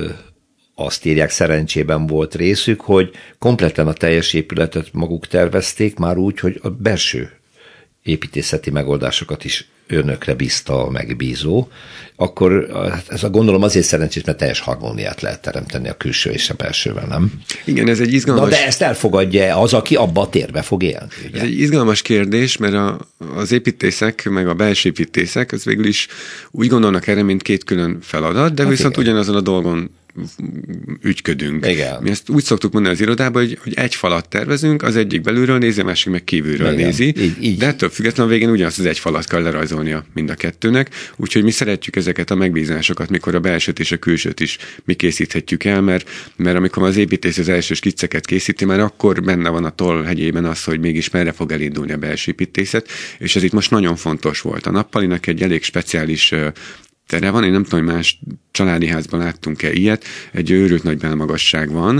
azt írják, szerencsében volt részük, hogy kompletten a teljes épületet maguk tervezték, már úgy, hogy a belső építészeti megoldásokat is önökre bízta a megbízó, akkor ez a gondolom azért szerencsés, mert teljes harmóniát lehet teremteni a külső és a belsővel, nem? Igen, ez egy izgalmas... Na de ezt elfogadja az, aki abba a térbe fog élni. Ugye? Ez egy izgalmas kérdés, mert az építészek, meg a belső építészek, az végül is úgy gondolnak erre, mint két külön feladat, de viszont ugyanazon a dolgon ügyködünk. Igen. Mi ezt úgy szoktuk mondani az irodában, hogy egy falat tervezünk, az egyik belülről nézi, a másik meg kívülről nézi, így. De ettől függetlenül végén ugyanazt az egy falat kell lerajzolnia mind a kettőnek, úgyhogy mi szeretjük ezeket a megbízásokat, mikor a belsőt és a külsőt is mi készíthetjük el, mert amikor az építész az első skicceket készíti, már akkor benne van a toll hegyében az, hogy mégis merre fog elindulni a belső építészet, és ez itt most nagyon fontos volt. A nappalinak egy elég speciális tere van, én nem tudom, hogy más családi házban láttunk-e ilyet, egy őrült nagy belmagasság van,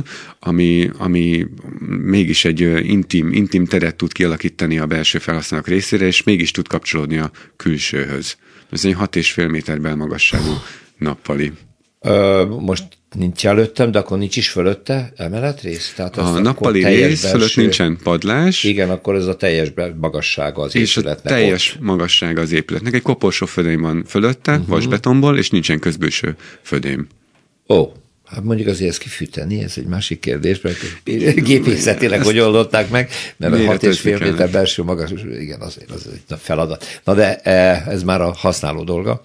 ami mégis egy intim teret tud kialakítani a belső felhasználók részére, és mégis tud kapcsolódni a külsőhöz. Ez egy 6,5 méter belmagasságú nappali. Most nincs előttem, de akkor nincs is fölötte emeletrész? Tehát a nappali rész fölött nincsen padlás. Igen, akkor ez a teljes magassága az épületnek. És a teljes ott. Magassága az épületnek. Egy koporsó födém van fölötte, vasbetonból, és nincsen közbülső födém. Hát mondjuk azért ezt kifűteni, ez egy másik kérdés, mert gépészetileg hogy oldották meg, mert a 6,5 méter belső magas, igen, az egy feladat. Na de ez már a használó dolga.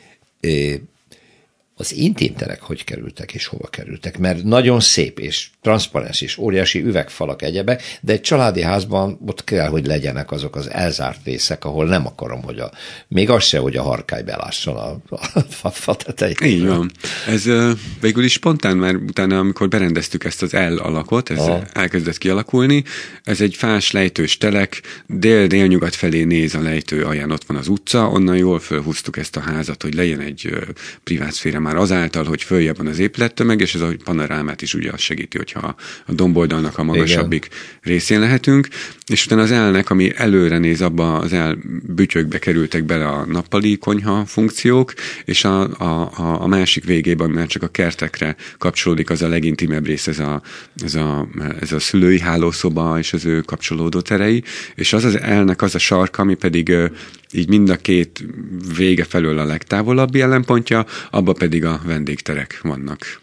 Az intimterek hogy kerültek és hova kerültek? Mert nagyon szép és transzparens és óriási üvegfalak egyebek, de egy családi házban ott kell, hogy legyenek azok az elzárt részek, ahol nem akarom, hogy még az se, hogy a harkály belásson a fa tetejét. Így van. Ez végül is spontán már utána, amikor berendeztük ezt az L alakot, ez elkezdett kialakulni, ez egy fás lejtős telek, dél-délnyugat felé néz a lejtő alján, ott van az utca, onnan jól fölhúztuk ezt a házat, hogy legyen egy privát szféra már azáltal, hogy följebb van az épülettömeg, és ez a panorámát is ugye azt segíti, hogyha a domboldalnak a magasabbik részén lehetünk, és utána az L-nek, ami előre néz, abba az L bütyökbe kerültek bele a nappali konyha funkciók, és a másik végében már csak a kertekre kapcsolódik az a legintimebb rész, ez a szülői hálószoba és az ő kapcsolódó terei, és az L-nek az a sarka, ami pedig így mind a két vége felől a legtávolabbi ellenpontja, abba pedig a vendégterek vannak.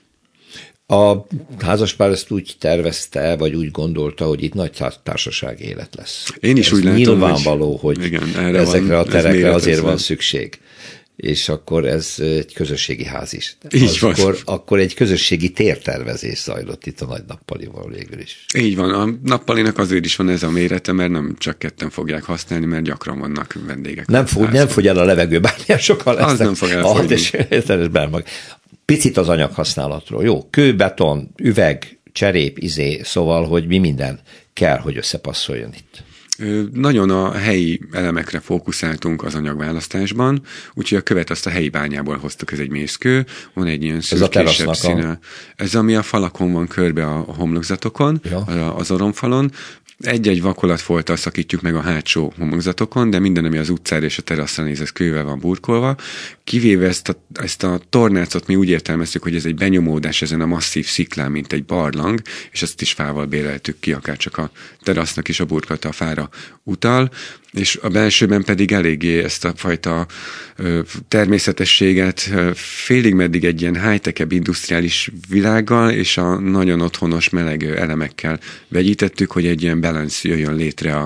A házaspár ezt úgy tervezte, vagy úgy gondolta, hogy itt nagy társasági élet lesz. Én is ez úgy látom, nyilvánvaló, hogy igen, ezekre a terekre azért van szükség. És akkor ez egy közösségi ház is. Akkor egy közösségi tértervezés zajlott itt a nagy nappalival végül is. Így van, a nappalinak azért is van ez a mérete, mert nem csak ketten fogják használni, mert gyakran vannak vendégek. Nem fogy el a levegő, bármilyen sokan lesznek. Az nem fog elfogyni. Picit az anyaghasználatról. Jó, kő, beton, üveg, cserép, szóval, hogy mi minden kell, hogy összepasszoljon itt. Nagyon a helyi elemekre fókuszáltunk az anyagválasztásban, úgyhogy a követ azt a helyi bányából hoztuk, ez egy mészkő, van egy ilyen szürkésebb színe. Ez ami a falakon van körbe a homlokzatokon, az oromfalon. Egy-egy vakolatfolttal szakítjuk meg a hátsó homlokzatokon, de minden, ami az utcára és a teraszra néz, ez kővel van burkolva. Kivéve ezt a tornácot mi úgy értelmeztük, hogy ez egy benyomódás ezen a masszív sziklán, mint egy barlang, és ezt is fával béreltük ki, akár csak a terasznak is a burkolata a fára utal, és a belsőben pedig eléggé ezt a fajta természetességet félig meddig egy ilyen high-tech-ebb industriális világgal és a nagyon otthonos meleg elemekkel vegyítettük, hogy egy ilyen balance jöjjön létre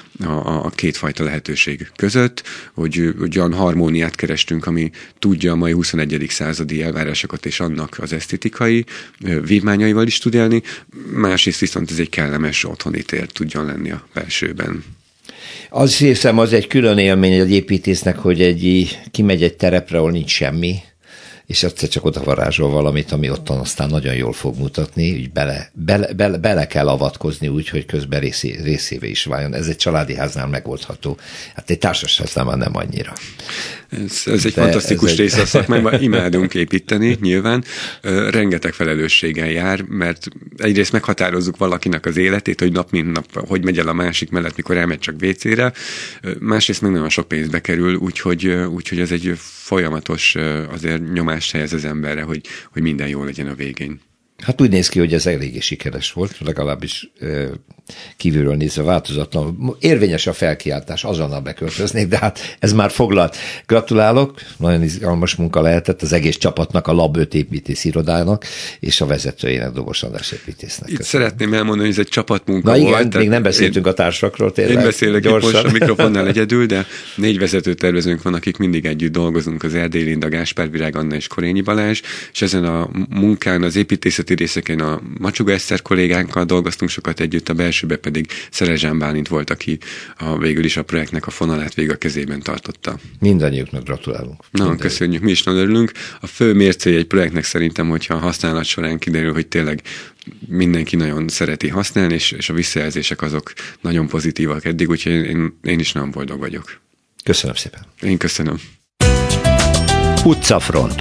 a kétfajta lehetőség között, hogy olyan harmóniát kerestünk, ami tudja a mai 21. századi elvárásokat és annak az esztétikai vívmányaival is tud élni, másrészt viszont ez egy kellemes otthoni tér tudjon lenni a belsőben. Azt hiszem, az egy külön élmény egy építésznek, hogy kimegy egy terepre, ahol nincs semmi, és egyszer csak oda varázsol valamit, ami ottan aztán nagyon jól fog mutatni, úgy bele kell avatkozni úgy, hogy közben részévé is váljon. Ez egy családi háznál megoldható. Hát egy társasháznál már nem annyira. Ez egy fantasztikus része a szakmányban, imádunk építeni, nyilván. Rengeteg felelősséggel jár, mert egyrészt meghatározzuk valakinek az életét, hogy nap mint nap, hogy megy el a másik mellett, mikor elmegy csak WC-re. Másrészt meg nagyon sok pénzbe kerül, úgyhogy ez egy folyamatos azért nyomást helyez az emberre, hogy minden jó legyen a végén. Hát úgy néz ki, hogy ez eléggé sikeres volt, legalábbis kívülről nézve változatlan. Érvényes a felkiáltás, azonnal beköltöznék, de hát ez már foglalt. Gratulálok, nagyon izgalmas munka lehetett az egész csapatnak, a Lab 5 építészirodának és a vezetőjének, Dobos András építésznek. Itt szeretném elmondani, hogy ez egy csapatmunka volt. Igen, még nem beszéltünk a társakról tényleg. Én beszélek itt most a mikrofonnál egyedül, de 4 vezetőtervezőnk van, akik mindig együtt dolgozunk, az Erdély Linda, Gáspár Virág Anna és Korényi Balázs, és ezen a munkán, az építészeti részeken a Macsuga Eszter kollégánkkal dolgoztunk sokat együtt, a belsőbe pedig Szerezsán Bálint volt, aki végül is a projektnek a fonalát végig a kezében tartotta. Mindannyiuknak gratulálunk. Na, köszönjük, mi is nagyon örülünk. A fő mércéje egy projektnek szerintem, hogyha a használat során kiderül, hogy tényleg mindenki nagyon szereti használni, és a visszajelzések azok nagyon pozitívak eddig, úgyhogy én is nagyon boldog vagyok. Köszönöm szépen. Én köszönöm. Utcafront.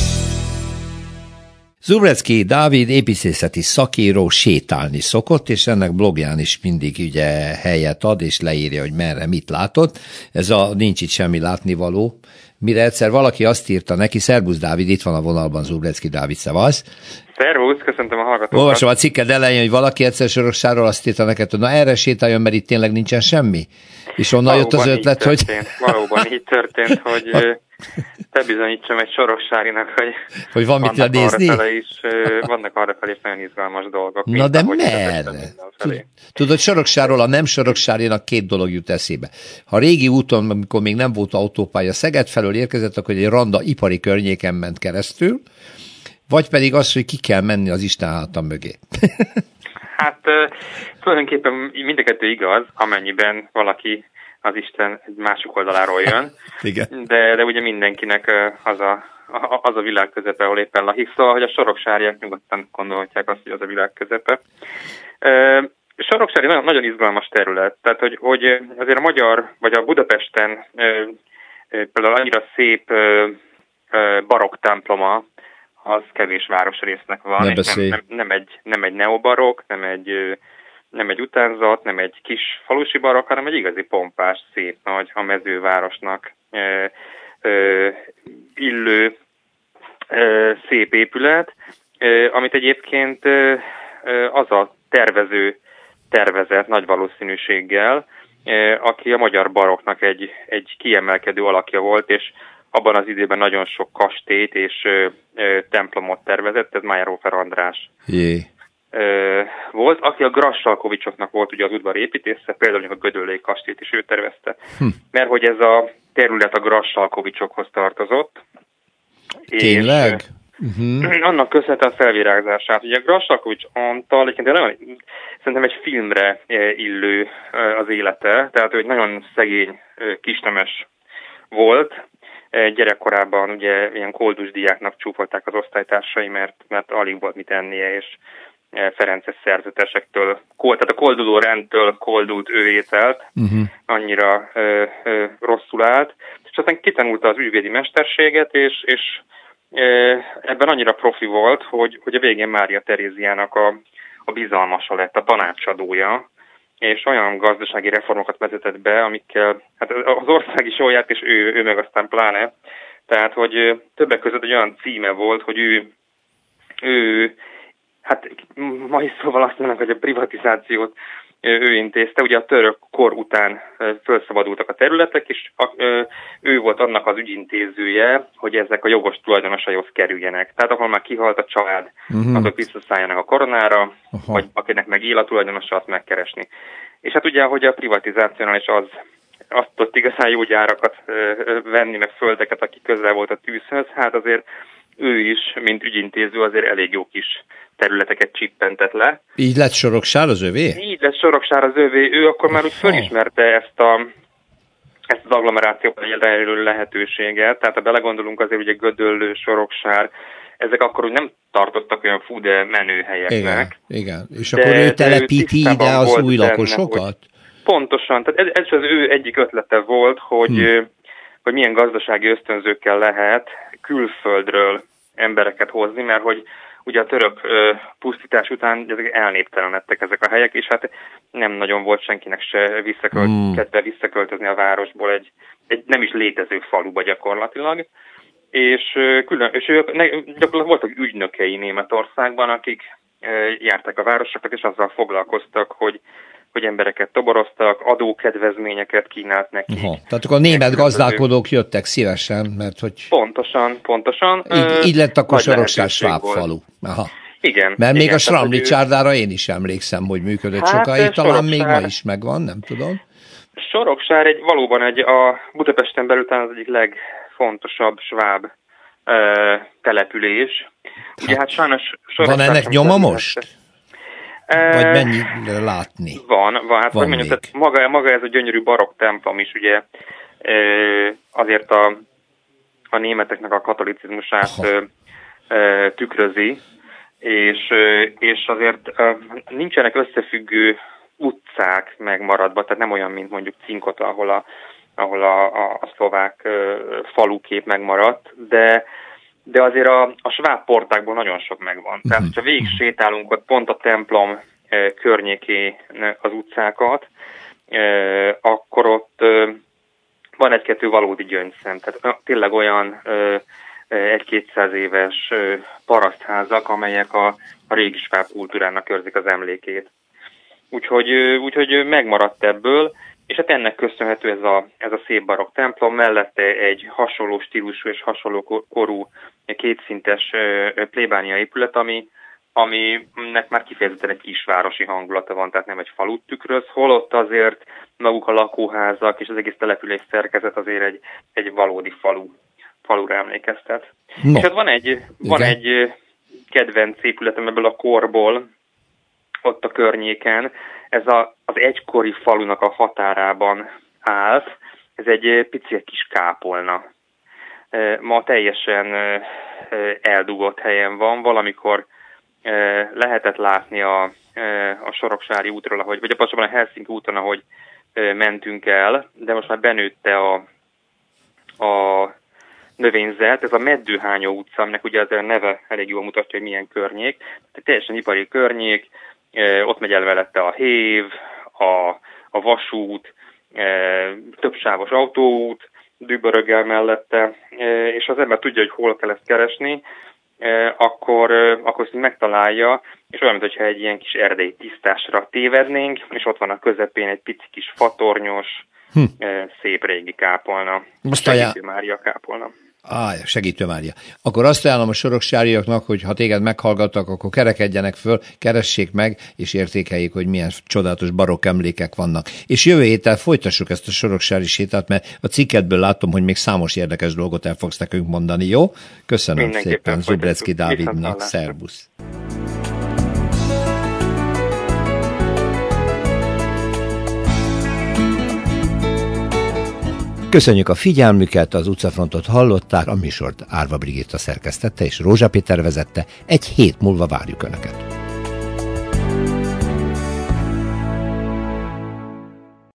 Zubrecki Dávid építészeti szakíró sétálni szokott, és ennek blogján is mindig ugye helyet ad, és leírja, hogy merre mit látott. Ez a nincs itt semmi látnivaló. Mire egyszer valaki azt írta neki, szervusz Dávid, itt van a vonalban Zubrecki Dávid, szevasz. Szervusz, köszöntöm a hallgatókat. Olvasom a cikked elején, hogy valaki egyszer Soroksáról azt írta neked, hogy na erre sétáljon, mert itt tényleg nincsen semmi. És onnan jött az ötlet, hogy... Valóban így történt, hogy bebizonyítsam egy Soroksárinak, hogy van mit nézni? Vannak arrafelé nagyon izgalmas dolgok. Na de merre? Tudod, Soroksáról a nem Soroksárinak 2 dolog jut eszébe. Ha régi úton, amikor még nem volt autópálya, Szeged felől érkezett, akkor egy randa ipari környéken ment keresztül, vagy pedig az, hogy ki kell menni az Isten háta mögé. Hát tulajdonképpen mind a kettő igaz, amennyiben valaki az Isten egy másik oldaláról jön. Igen. De ugye mindenkinek az a világ közepe, ahol éppen lakik, szóval, hogy a soroksáriak nyugodtan gondolhatják azt, hogy az a világ közepe. Soroksári nagyon izgalmas terület, tehát hogy azért a magyar, vagy a Budapesten például annyira szép barokk temploma, az kevés városrésznek van, és nem egy neobarokk, nem egy utánzat, nem egy kis falusi barokk, hanem egy igazi pompás, szép nagy, a mezővárosnak illő szép épület, amit egyébként az a tervező tervezett nagy valószínűséggel, aki a magyar barokknak egy kiemelkedő alakja volt, és abban az időben nagyon sok kastélyt és templomot tervezett, ez Mayer-Hofer András. Volt, aki a Grassalkovicsoknak volt ugye az udvari építésze, például a Gödöllői kastélyt is ő tervezte, mert hogy ez a terület a Grassalkovicsokhoz tartozott. Tényleg? És annak köszönhető a felvirágzását. Ugye Grassalkovics Antal, szerintem egy filmre illő az élete, tehát hogy nagyon szegény, kisnemes volt. Gyerekkorában ugye ilyen koldus diáknak csúfolták az osztálytársai, mert alig volt mit ennie, és ferences szerzetesektől, tehát a kolduló rendtől koldult ő ételt, annyira rosszul állt. És aztán kitanulta az ügyvédi mesterséget, és ebben annyira profi volt, hogy a végén Mária Teréziának a bizalmasa lett, a tanácsadója, és olyan gazdasági reformokat vezetett be, amikkel hát az ország is jól járt, és ő meg aztán pláne. Tehát, hogy többek között egy olyan címe volt, hogy ő hát mai szóval azt mondják, hogy a privatizációt ő intézte. Ugye a török kor után felszabadultak a területek, és ő volt annak az ügyintézője, hogy ezek a jogos tulajdonosaihoz kerüljenek. Tehát ahol már kihalt a család, azok visszaszálljanak a koronára, vagy akinek meg él a tulajdonosa, azt megkeresni. És hát ugye, hogy a privatizációnál is azt tudott igazán jó gyárakat venni, meg földeket, aki közel volt a tűzhöz, hát azért ő is, mint ügyintéző, azért elég jó kis területeket csippentett le. Így lett Soroksár az övé? Így lett Soroksár az övé. Ő akkor már úgy fölismerte ezt az agglomerációban elérő lehetőséget. Tehát ha belegondolunk, azért ugye Gödöllő, Soroksár, ezek akkor úgy nem tartottak olyan fú, de menő helyeknek. Igen. És akkor ő telepíti ide az új lakosokat? Pontosan. Tehát ez az ő egyik ötlete volt, hogy milyen gazdasági ösztönzőkkel lehet külföldről embereket hozni, mert hogy ugye a török pusztítás után ezek elnéptelenedtek ezek a helyek, és hát nem nagyon volt senkinek se kedve visszaköltözni a városból egy nem is létező faluba gyakorlatilag. És gyakorlatilag voltak ügynökei Németországban, akik jártak a városokat, és azzal foglalkoztak, hogy embereket toboroztak, adókedvezményeket kínált nekik. Tehát akkor a német gazdálkodók jöttek szívesen, mert hogy... Pontosan. Így lett akkor Soroksár sváb falu. Aha. Igen. Mert még a Sramli csárdára én is emlékszem, hogy működött sokáig, talán még ma is megvan, nem tudom. Soroksár valóban a Budapesten belül talán az egyik legfontosabb sváb település. Ugye hát sajnos van ennek nyoma most? Vagy mennyire látni? Van. Hát van mondjam, tehát maga ez a gyönyörű barokk templom is ugye azért a németeknek a katolicizmusát tükrözi, és azért nincsenek összefüggő utcák megmaradva, tehát nem olyan, mint mondjuk Cinkota, ahol a szlovák falukép megmaradt, de azért a sváb portákból nagyon sok megvan. Tehát, ha végig sétálunk ott pont a templom környéké az utcákat, akkor ott van egy-kettő valódi gyöngyszem. Tehát tényleg olyan 1-200 éves parasztházak, amelyek a régi sváb kultúrának őrzik az emlékét. Úgyhogy megmaradt ebből, és hát ennek köszönhető ez a szép barokk templom, mellette egy hasonló stílusú és hasonló korú kétszintes plébánia épület, aminek már kifejezetten egy kisvárosi hangulata van, tehát nem egy falut tükröz, holott azért maguk a lakóházak és az egész település szerkezet azért egy valódi falura emlékeztet. No. És hát van egy kedvenc épületem ebből a korból, ott a környéken, ez az egykori falunak a határában állt, ez egy pici kis kápolna. Ma teljesen eldugott helyen van, valamikor lehetett látni a Soroksári útról, vagy a Helsinki úton, ahogy mentünk el, de most már benőtte a növényzet, ez a Meddőhányó utca, aminek ugye az a neve elég jól mutatja, hogy milyen környék. Tehát teljesen ipari környék, ott megy el mellette a hév, a vasút, többsávos autóút, düböröggel mellette, és az ember tudja, hogy hol kell ezt keresni, akkor ezt megtalálja, és olyan, mintha egy ilyen kis erdei tisztásra tévednénk, és ott van a közepén egy pici kis fatornyos, szép régi kápolna. Segítő Mária kápolna. Segítő Mária. Akkor azt ajánlom a soroksáriaknak, hogy ha téged meghallgattak, akkor kerekedjenek föl, keressék meg, és értékeljék, hogy milyen csodálatos barokk emlékek vannak. És jövő héten folytassuk ezt a soroksári sétát, mert a cikkedből látom, hogy még számos érdekes dolgot el fogsz nekünk mondani, jó? Köszönöm szépen Zubrecki Dávidnak, szervusz! Köszönjük a figyelmüket, az utcafrontot hallották, a műsort Árva Brigitta szerkesztette és Rózsa Péter vezette, egy hét múlva várjuk Önöket.